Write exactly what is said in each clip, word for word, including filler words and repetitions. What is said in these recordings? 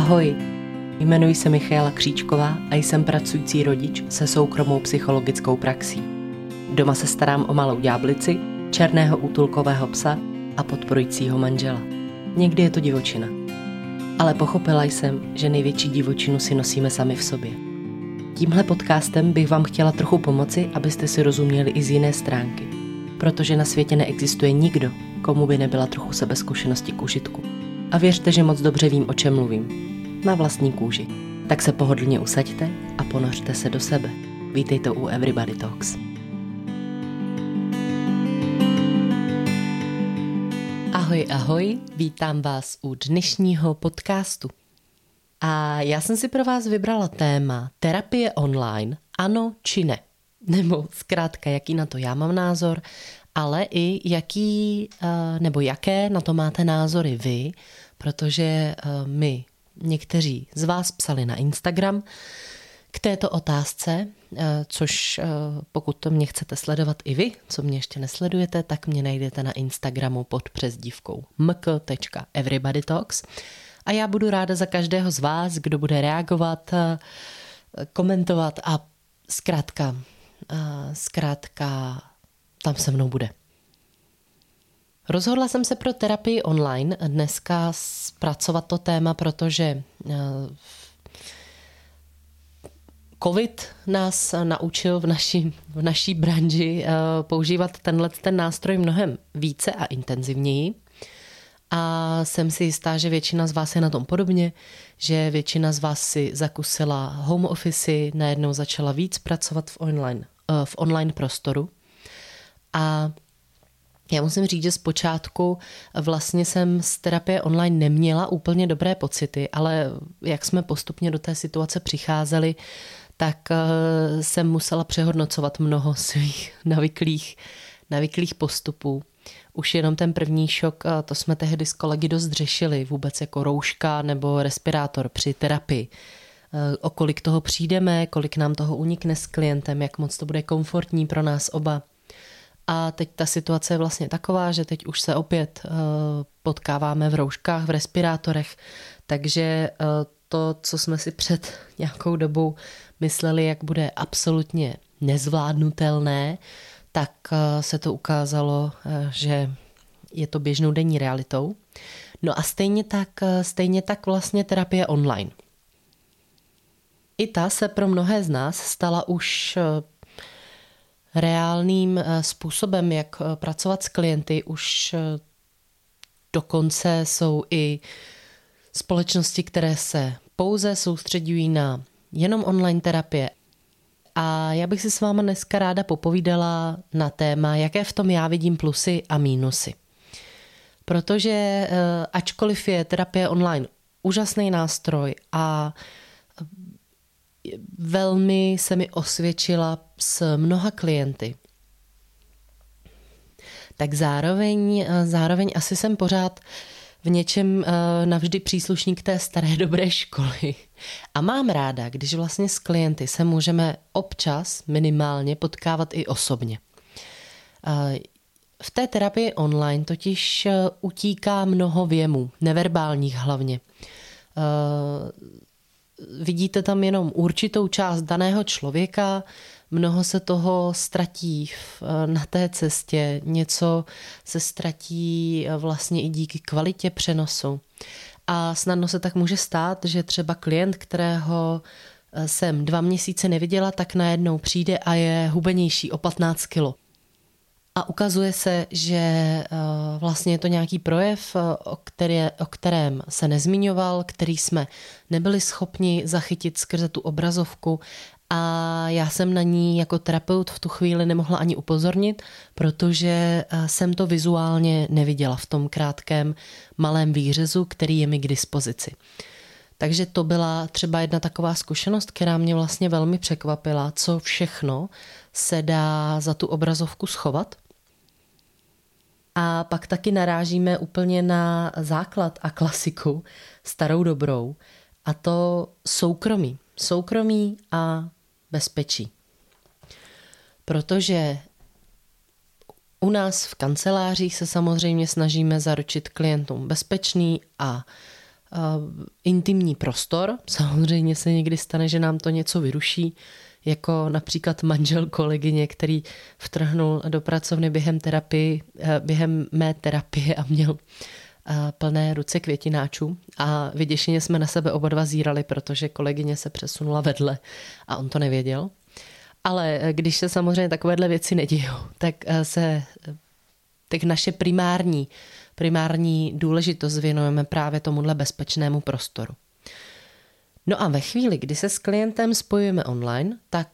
Ahoj, jmenuji se Michaela Kříčková a jsem pracující rodič se soukromou psychologickou praxí. Doma se starám o malou ďáblici, černého útulkového psa a podporujícího manžela. Někdy je to divočina. Ale pochopila jsem, že největší divočinu si nosíme sami v sobě. Tímhle podcastem bych vám chtěla trochu pomoci, abyste si rozuměli i z jiné stránky. Protože na světě neexistuje nikdo, komu by nebyla trochu sebezkušenosti k užitku. A věřte, že moc dobře vím, o čem mluvím. Na vlastní kůži. Tak se pohodlně usaďte a ponořte se do sebe. Vítejte u Everybody Talks. Ahoj, ahoj, vítám vás u dnešního podcastu. A já jsem si pro vás vybrala téma terapie online, ano či ne. Nebo zkrátka, jaký na to já mám názor, ale i jaký, nebo jaké na to máte názory vy, protože my někteří z vás psali na Instagram k této otázce, což pokud to mě chcete sledovat i vy, co mě ještě nesledujete, tak mě najdete na Instagramu pod přezdívkou m k tečka everybody talks a já budu ráda za každého z vás, kdo bude reagovat, komentovat a zkrátka, zkrátka tam se mnou bude. Rozhodla jsem se pro terapii online dneska zpracovat to téma, protože COVID nás naučil v naší, v naší branži používat tenhle ten nástroj mnohem více a intenzivněji. A jsem si jistá, že většina z vás je na tom podobně, že většina z vás si zakusila home office, najednou začala víc pracovat v online, v online prostoru. A já musím říct, že zpočátku vlastně jsem z terapie online neměla úplně dobré pocity, ale jak jsme postupně do té situace přicházeli, tak jsem musela přehodnocovat mnoho svých navyklých, navyklých postupů. Už jenom ten první šok, to jsme tehdy s kolegy dost řešili, vůbec jako rouška nebo respirátor při terapii. O kolik toho přijdeme, kolik nám toho unikne s klientem, jak moc to bude komfortní pro nás oba. A teď ta situace je vlastně taková, že teď už se opět uh, potkáváme v rouškách, v respirátorech, takže uh, to, co jsme si před nějakou dobou mysleli, jak bude absolutně nezvládnutelné, tak uh, se to ukázalo, uh, že je to běžnou denní realitou. No a stejně tak, uh, stejně tak vlastně terapie online. I ta se pro mnohé z nás stala už uh, reálným způsobem, jak pracovat s klienty. Už dokonce jsou i společnosti, které se pouze soustředují na jenom online terapie. A já bych si s váma dneska ráda popovídala na téma, jaké v tom já vidím plusy a mínusy. Protože ačkoliv je terapie online úžasný nástroj a velmi se mi osvědčila s mnoha klienty, tak zároveň, zároveň asi jsem pořád v něčem navždy příslušník té staré dobré školy. A mám ráda, když vlastně s klienty se můžeme občas minimálně potkávat i osobně. V té terapii online totiž utíká mnoho věmů, neverbálních hlavně. Vidíte tam jenom určitou část daného člověka, mnoho se toho ztratí na té cestě, něco se ztratí vlastně i díky kvalitě přenosu. A snadno se tak může stát, že třeba klient, kterého jsem dva měsíce neviděla, tak najednou přijde a je hubenější o patnáct kilo. A ukazuje se, že vlastně je to nějaký projev, o, které, o kterém se nezmiňoval, který jsme nebyli schopni zachytit skrze tu obrazovku a já jsem na ní jako terapeut v tu chvíli nemohla ani upozornit, protože jsem to vizuálně neviděla v tom krátkém malém výřezu, který je mi k dispozici. Takže to byla třeba jedna taková zkušenost, která mě vlastně velmi překvapila, co všechno se dá za tu obrazovku schovat. A pak taky narážíme úplně na základ a klasiku, starou dobrou, a to soukromí. Soukromí a bezpečí. Protože u nás v kancelářích se samozřejmě snažíme zaručit klientům bezpečný a intimní prostor. Samozřejmě se někdy stane, že nám to něco vyruší, jako například manžel kolegyně, který vtrhnul do pracovny během terapii, během mé terapie a měl plné ruce květináčů a vyděšeně jsme na sebe oba dva zírali, protože kolegyně se přesunula vedle a on to nevěděl. Ale když se samozřejmě takovéhle věci nedějou, tak se tak naše primární, primární důležitost věnujeme právě tomuhle bezpečnému prostoru. No a ve chvíli, kdy se s klientem spojujeme online, tak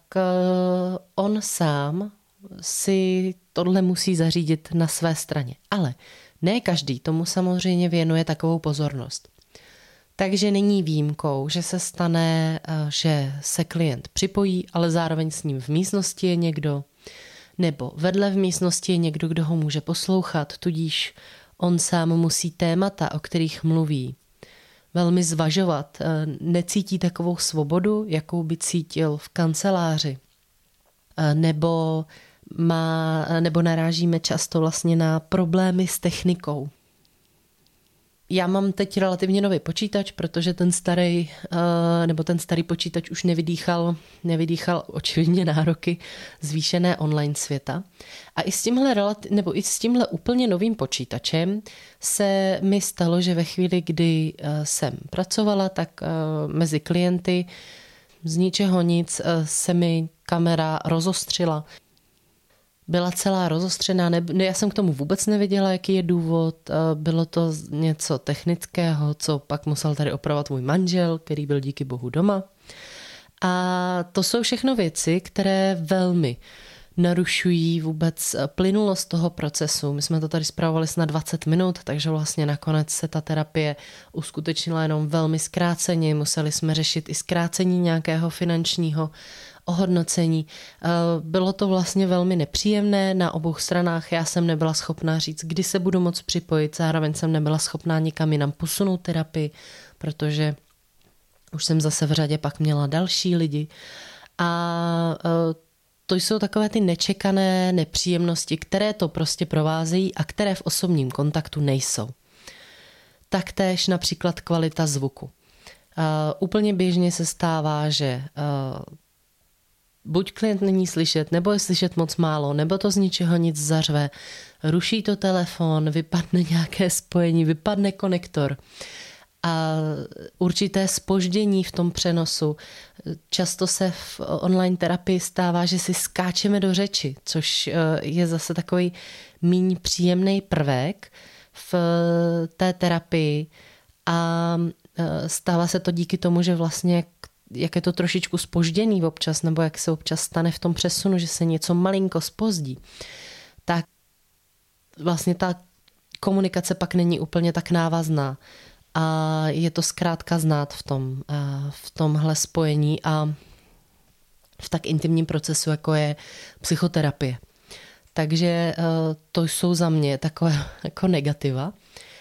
on sám si tohle musí zařídit na své straně. Ale ne každý tomu samozřejmě věnuje takovou pozornost. Takže není výjimkou, že se stane, že se klient připojí, ale zároveň s ním v místnosti je někdo, nebo vedle v místnosti je někdo, kdo ho může poslouchat, tudíž on sám musí témata, o kterých mluví, velmi zvažovat. Necítí takovou svobodu, jakou by cítil v kanceláři. Nebo, má, nebo narážíme často vlastně na problémy s technikou. Já mám teď relativně nový počítač, protože ten starý, nebo ten starý počítač už nevydýchal, nevydýchal očividně nároky zvýšené online světa. A i s tímhle, nebo i s tímhle úplně novým počítačem se mi stalo, že ve chvíli, kdy jsem pracovala, tak mezi klienty z ničeho nic se mi kamera rozostřila. Byla celá rozostřená, ne, já jsem k tomu vůbec nevěděla, jaký je důvod, bylo to něco technického, co pak musel tady opravovat můj manžel, který byl díky bohu doma. A to jsou všechno věci, které velmi narušují vůbec plynulost toho procesu. My jsme to tady spravovali snad dvacet minut, takže vlastně nakonec se ta terapie uskutečnila jenom velmi zkráceně, museli jsme řešit i zkrácení nějakého finančního ohodnocení. Bylo to vlastně velmi nepříjemné na obou stranách. Já jsem nebyla schopná říct, kdy se budu moct připojit, zároveň jsem nebyla schopná nikam jinam posunout terapii, protože už jsem zase v řadě pak měla další lidi. A to jsou takové ty nečekané nepříjemnosti, které to prostě provázejí a které v osobním kontaktu nejsou. Taktéž například kvalita zvuku. Uh, úplně běžně se stává, že uh, buď klient není slyšet, nebo je slyšet moc málo, nebo to z ničeho nic zařve, ruší to telefon, vypadne nějaké spojení, vypadne konektor a určité zpoždění v tom přenosu. Často se v online terapii stává, že si skáčeme do řeči, což je zase takový míň příjemný prvek v té terapii a stává se to díky tomu, že vlastně jak je to trošičku zpožděný občas, nebo jak se občas stane v tom přesunu, že se něco malinko zpozdí, tak vlastně ta komunikace pak není úplně tak návazná. A je to zkrátka znát v tom, v tomhle spojení a v tak intimním procesu, jako je psychoterapie. Takže to jsou za mě takové jako negativa.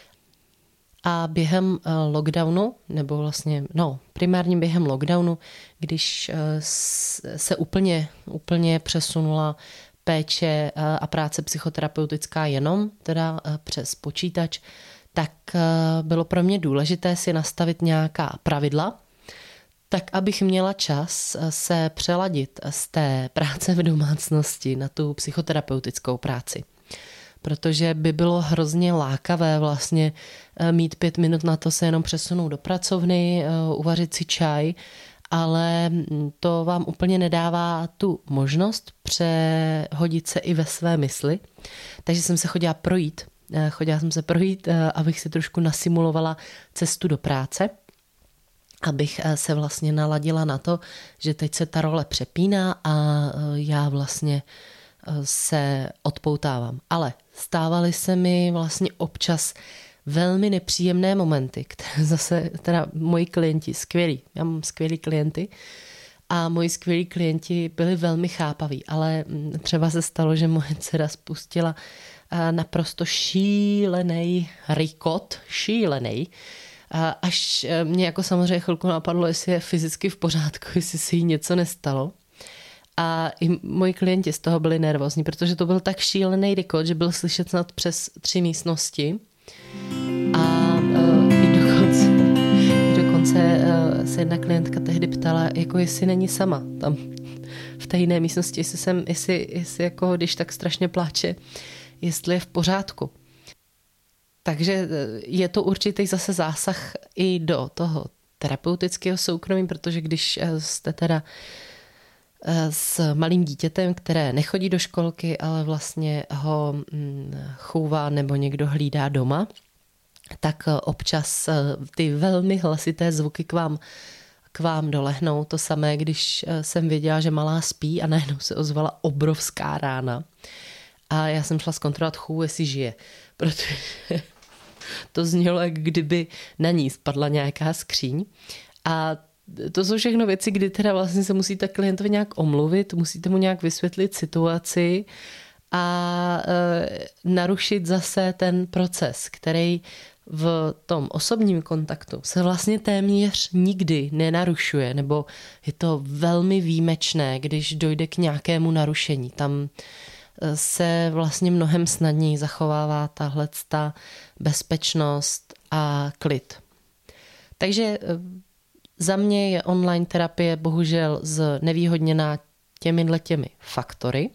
A během lockdownu, nebo vlastně, no, primárně během lockdownu, když se úplně, úplně přesunula péče a práce psychoterapeutická jenom, teda přes počítač, tak bylo pro mě důležité si nastavit nějaká pravidla, tak abych měla čas se přeladit z té práce v domácnosti na tu psychoterapeutickou práci. Protože by bylo hrozně lákavé vlastně mít pět minut na to se jenom přesunout do pracovny, uvařit si čaj, ale to vám úplně nedává tu možnost přehodit se i ve své mysli. Takže jsem se chodila projít, chodila jsem se projít, abych si trošku nasimulovala cestu do práce, abych se vlastně naladila na to, že teď se ta role přepíná a já vlastně se odpoutávám. Ale stávaly se mi vlastně občas velmi nepříjemné momenty, které zase teda moji klienti, skvělí, já mám skvělí klienty a moji skvělí klienti byli velmi chápaví, ale třeba se stalo, že moje dcera spustila naprosto šílený rikot, šílený, až mě jako samozřejmě chvilku napadlo, jestli je fyzicky v pořádku, jestli se jí něco nestalo. A i moji klienti z toho byli nervózní, protože to byl tak šílený rikot, že byl slyšet snad přes tři místnosti. A uh, i dokonce, se jedna klientka tehdy ptala, jako jestli není sama tam v té jiné místnosti, jestli jsem, jestli, jestli jako, když tak strašně pláče, jestli je v pořádku. Takže je to určitý zase zásah i do toho terapeutického soukromí, protože když jste teda s malým dítětem, které nechodí do školky, ale vlastně ho chouvá nebo někdo hlídá doma, tak občas ty velmi hlasité zvuky k vám, k vám dolehnou. To samé, když jsem věděla, že malá spí a najednou se ozvala obrovská rána. A já jsem šla zkontrolovat chůvu, jestli žije, protože to znělo, jak kdyby na ní spadla nějaká skříň. A to jsou všechno věci, kdy teda vlastně se musíte klientovi nějak omluvit, musíte mu nějak vysvětlit situaci a e, narušit zase ten proces, který v tom osobním kontaktu se vlastně téměř nikdy nenarušuje, nebo je to velmi výjimečné, když dojde k nějakému narušení. Tam se vlastně mnohem snadněji zachovává tahleta bezpečnost a klid. Takže za mě je online terapie bohužel znevýhodněná těmihle těmi faktory,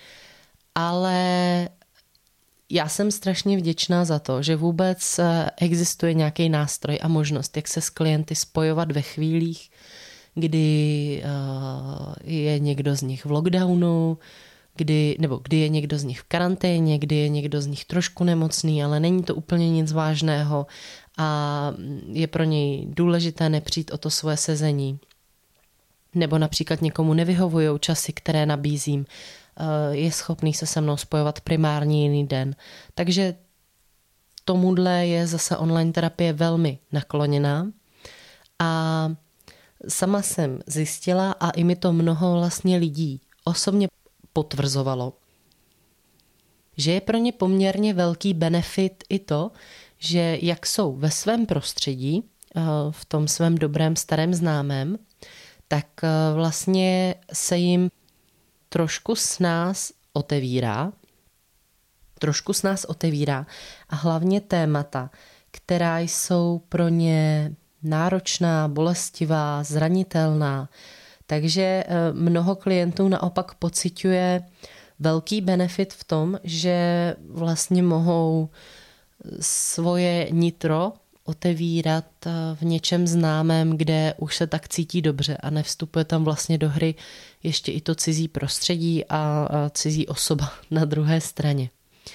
ale já jsem strašně vděčná za to, že vůbec existuje nějaký nástroj a možnost, jak se s klienty spojovat ve chvílích, kdy je někdo z nich v lockdownu, kdy, nebo kdy je někdo z nich v karanténě, kdy je někdo z nich trošku nemocný, ale není to úplně nic vážného a je pro něj důležité nepřijít o to svoje sezení. Nebo například někomu nevyhovujou časy, které nabízím, je schopný se se mnou spojovat primárně jiný den. Takže tomuhle je zase online terapie velmi nakloněná a sama jsem zjistila a i mi to mnoho vlastně lidí osobně potvrzovalo, že je pro ně poměrně velký benefit i to, že jak jsou ve svém prostředí, v tom svém dobrém starém známém, tak vlastně se jim trošku s nás otevírá, trošku s nás otevírá a hlavně témata, která jsou pro ně náročná, bolestivá, zranitelná. Takže mnoho klientů naopak pociťuje velký benefit v tom, že vlastně mohou svoje nitro otevírat v něčem známém, kde už se tak cítí dobře a nevstupuje tam vlastně do hry ještě i to cizí prostředí a cizí osoba na druhé straně.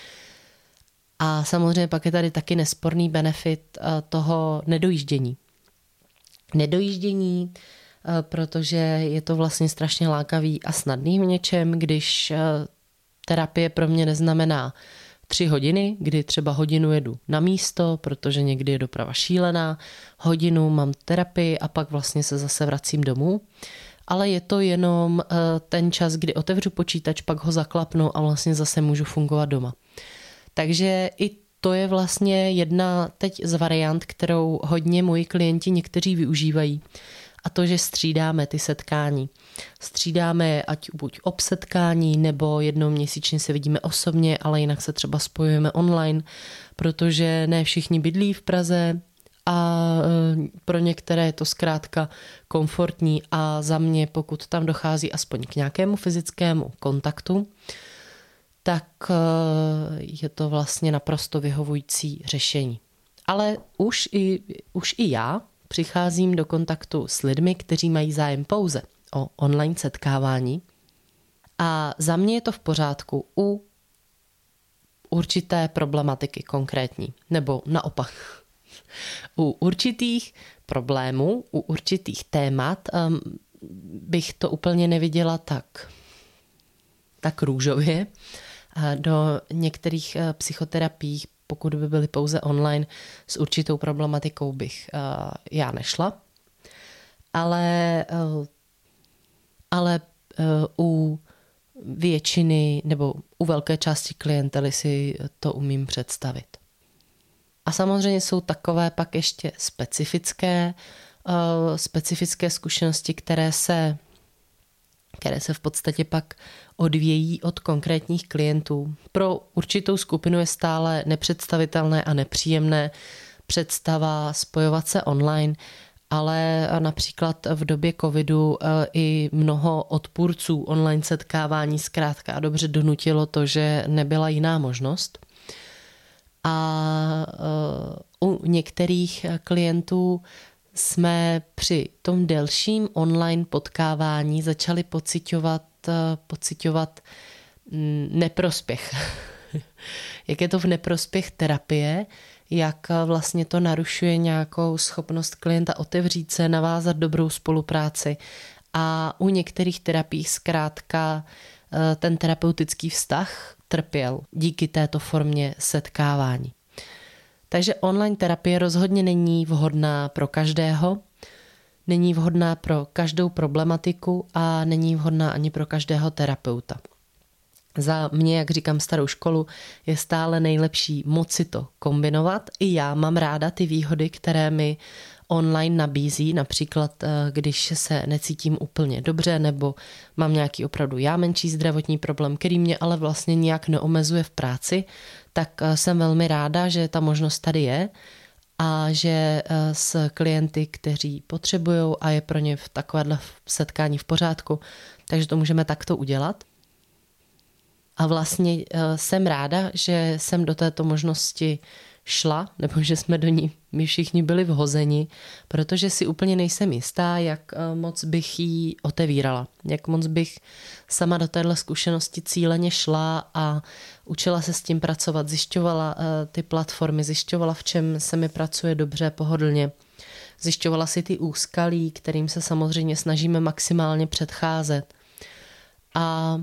A samozřejmě pak je tady taky nesporný benefit toho nedojíždění. Nedojíždění, protože je to vlastně strašně lákavý a snadný v něčem, když terapie pro mě neznamená tři hodiny, kdy třeba hodinu jedu na místo, protože někdy je doprava šílená, hodinu mám terapii a pak vlastně se zase vracím domů. Ale je to jenom ten čas, kdy otevřu počítač, pak ho zaklapnu a vlastně zase můžu fungovat doma. Takže i to je vlastně jedna teď z variant, kterou hodně moji klienti někteří využívají. A to, že střídáme ty setkání. Střídáme je ať buď ob setkání, nebo jednou měsíčně se vidíme osobně, ale jinak se třeba spojujeme online, protože ne všichni bydlí v Praze a pro některé je to zkrátka komfortní a za mě, pokud tam dochází aspoň k nějakému fyzickému kontaktu, tak je to vlastně naprosto vyhovující řešení. Ale už i, už i já přicházím do kontaktu s lidmi, kteří mají zájem pouze o online setkávání a za mě je to v pořádku u určité problematiky konkrétní, nebo naopak. U určitých problémů, u určitých témat um, bych to úplně neviděla tak, tak růžově. Do některých psychoterapií, pokud by byly pouze online, s určitou problematikou bych uh, já nešla. Ale, uh, ale uh, u většiny nebo u velké části klientely si to umím představit. A samozřejmě jsou takové pak ještě specifické, uh, specifické zkušenosti, které se, které se v podstatě pak odvějí od konkrétních klientů. Pro určitou skupinu je stále nepředstavitelné a nepříjemné představa spojovat se online ale například v době covidu i mnoho odpůrců online setkávání zkrátka a dobře donutilo to, že nebyla jiná možnost. A u některých klientů jsme při tom delším online potkávání začali pociťovat, pociťovat neprospěch. Jak je to v neprospěch terapie, jak vlastně to narušuje nějakou schopnost klienta otevřít se, navázat dobrou spolupráci. A u některých terapií zkrátka ten terapeutický vztah trpěl díky této formě setkávání. Takže online terapie rozhodně není vhodná pro každého, není vhodná pro každou problematiku a není vhodná ani pro každého terapeuta. Za mě, jak říkám, starou školu, je stále nejlepší moci to kombinovat. I já mám ráda ty výhody, které mi online nabízí, například když se necítím úplně dobře nebo mám nějaký opravdu já menší zdravotní problém, který mě ale vlastně nijak neomezuje v práci, tak jsem velmi ráda, že ta možnost tady je a že s klienty, kteří potřebují a je pro ně v takovéhle setkání v pořádku, takže to můžeme takto udělat. A vlastně jsem ráda, že jsem do této možnosti šla, nebo že jsme do ní my všichni byli vhozeni, protože si úplně nejsem jistá, jak moc bych ji otevírala, jak moc bych sama do téhle zkušenosti cíleně šla a učila se s tím pracovat, zjišťovala ty platformy, zjišťovala, v čem se mi pracuje dobře, pohodlně. Zjišťovala si ty úskalí, kterým se samozřejmě snažíme maximálně předcházet. A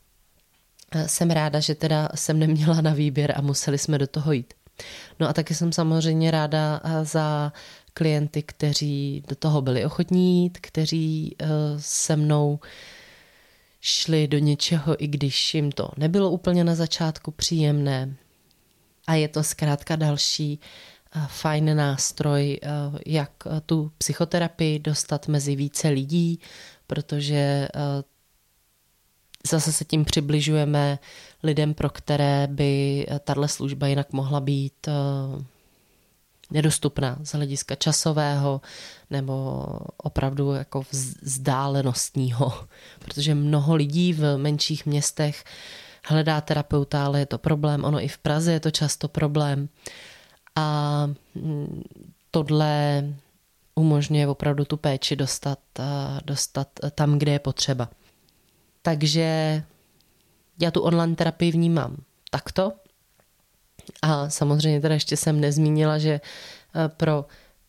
jsem ráda, že teda jsem neměla na výběr a museli jsme do toho jít. No a taky jsem samozřejmě ráda za klienty, kteří do toho byli ochotní jít, kteří se mnou šli do něčeho, i když jim to nebylo úplně na začátku příjemné. A je to zkrátka další fajn nástroj, jak tu psychoterapii dostat mezi více lidí, protože zase se tím přibližujeme lidem, pro které by tato služba jinak mohla být nedostupná z hlediska časového nebo opravdu jako vzdálenostního, protože mnoho lidí v menších městech hledá terapeuta, ale je to problém, ono i v Praze je to často problém a tohle umožňuje opravdu tu péči dostat, dostat tam, kde je potřeba. Takže já tu online terapii vnímám takto. A samozřejmě teda ještě jsem nezmínila, že pro,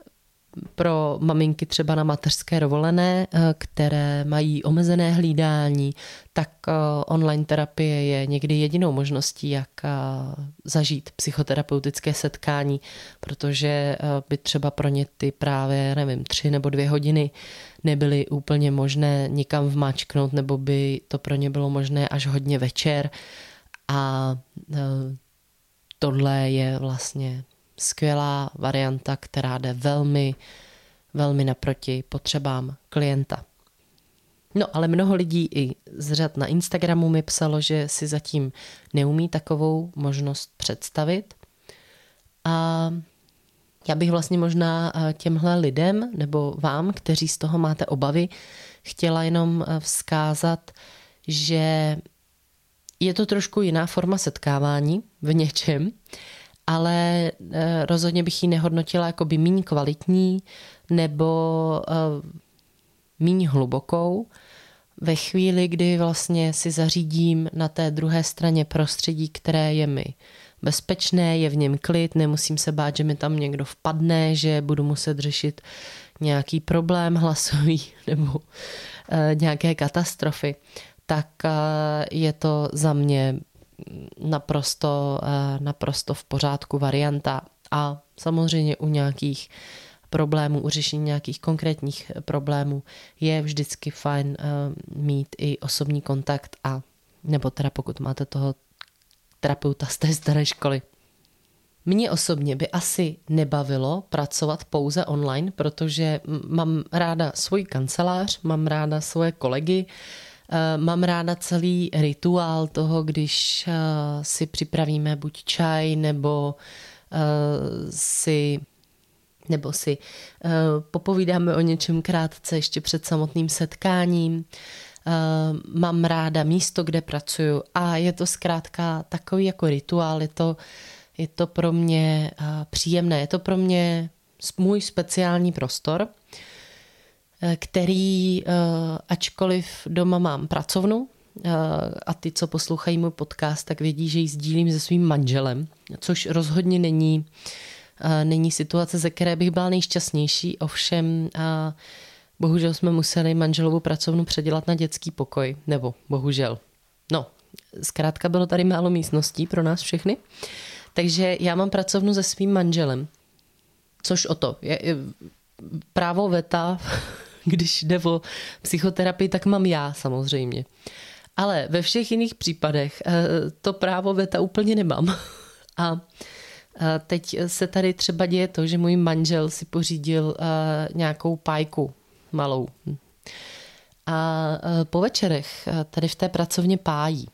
pro maminky třeba na mateřské dovolené, které mají omezené hlídání, tak online terapie je někdy jedinou možností, jak zažít psychoterapeutické setkání, protože by třeba pro ně ty právě, nevím, tři nebo dvě hodiny nebyly úplně možné nikam vmáčknout, nebo by to pro ně bylo možné až hodně večer. A tohle je vlastně skvělá varianta, která jde velmi, velmi naproti potřebám klienta. No ale mnoho lidí i z řad na Instagramu mi psalo, že si zatím neumí takovou možnost představit. A já bych vlastně možná těmhle lidem nebo vám, kteří z toho máte obavy, chtěla jenom vzkázat, že je to trošku jiná forma setkávání v něčem, ale rozhodně bych ji nehodnotila jako by míň kvalitní nebo míň hlubokou. Ve chvíli, kdy vlastně si zařídím na té druhé straně prostředí, které je mi bezpečné, je v něm klid, nemusím se bát, že mi tam někdo vpadne, že budu muset řešit nějaký problém hlasový nebo nějaké katastrofy, tak je to za mě naprosto, naprosto v pořádku varianta. A samozřejmě u nějakých problémů, u řešení nějakých konkrétních problémů je vždycky fajn mít i osobní kontakt a nebo teda pokud máte toho terapeuta z té staré školy. Mně osobně by asi nebavilo pracovat pouze online, protože mám ráda svůj kancelář, mám ráda svoje kolegy, mám ráda celý rituál toho, když si připravíme buď čaj nebo si nebo si uh, popovídáme o něčem krátce ještě před samotným setkáním. Uh, mám ráda místo, kde pracuju a je to zkrátka takový jako rituál, je to, je to pro mě uh, příjemné, je to pro mě můj speciální prostor, který, ačkoliv doma mám pracovnu, a ty, co poslouchají můj podcast, tak vědí, že ji sdílím se svým manželem, což rozhodně není, není situace, ze které bych byla nejšťastnější, ovšem bohužel jsme museli manželovu pracovnu předělat na dětský pokoj, nebo bohužel. No, zkrátka bylo tady málo místností pro nás všechny, takže já mám pracovnu se svým manželem, což o to, je, je právo veta, když jde o psychoterapii, tak mám já samozřejmě. Ale ve všech jiných případech to právo veta úplně nemám. A teď se tady třeba děje to, že můj manžel si pořídil nějakou pájku malou. A po večerech tady v té pracovně pájí.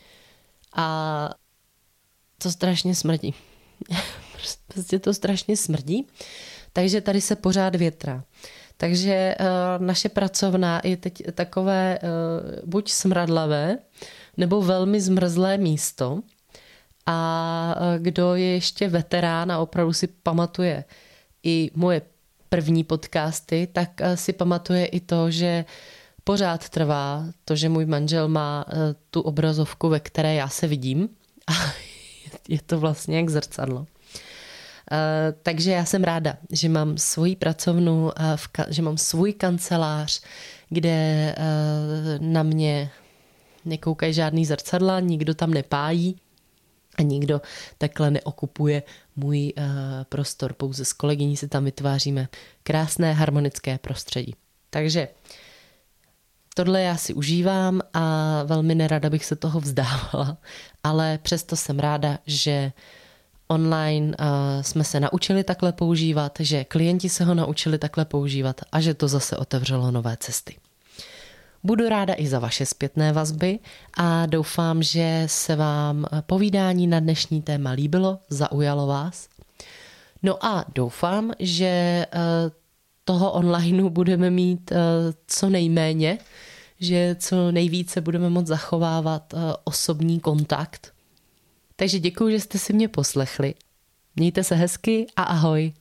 A to strašně smrdí. Prostě to strašně smrdí. Takže tady se pořád větrá. Takže uh, naše pracovna je teď takové uh, buď smradlavé, nebo velmi zmrzlé místo. A uh, kdo je ještě veterán a opravdu si pamatuje i moje první podcasty, tak uh, si pamatuje i to, že pořád trvá to, že můj manžel má uh, tu obrazovku, ve které já se vidím. A je to vlastně jak zrcadlo. Uh, takže já jsem ráda, že mám svoji pracovnu, uh, v ka- že mám svůj kancelář, kde uh, na mě nekoukají žádný zrcadla, nikdo tam nepájí a nikdo takhle neokupuje můj uh, prostor. Pouze s kolegyní si tam vytváříme krásné harmonické prostředí. Takže tohle já si užívám a velmi nerada bych se toho vzdávala, ale přesto jsem ráda, že online uh, jsme se naučili takhle používat, že klienti se ho naučili takhle používat a že to zase otevřelo nové cesty. Budu ráda i za vaše zpětné vazby a doufám, že se vám povídání na dnešní téma líbilo, zaujalo vás. No a doufám, že uh, toho onlineu budeme mít uh, co nejméně, že co nejvíce budeme moct zachovávat uh, osobní kontakt. Takže děkuji, že jste si mě poslechli. Mějte se hezky a ahoj.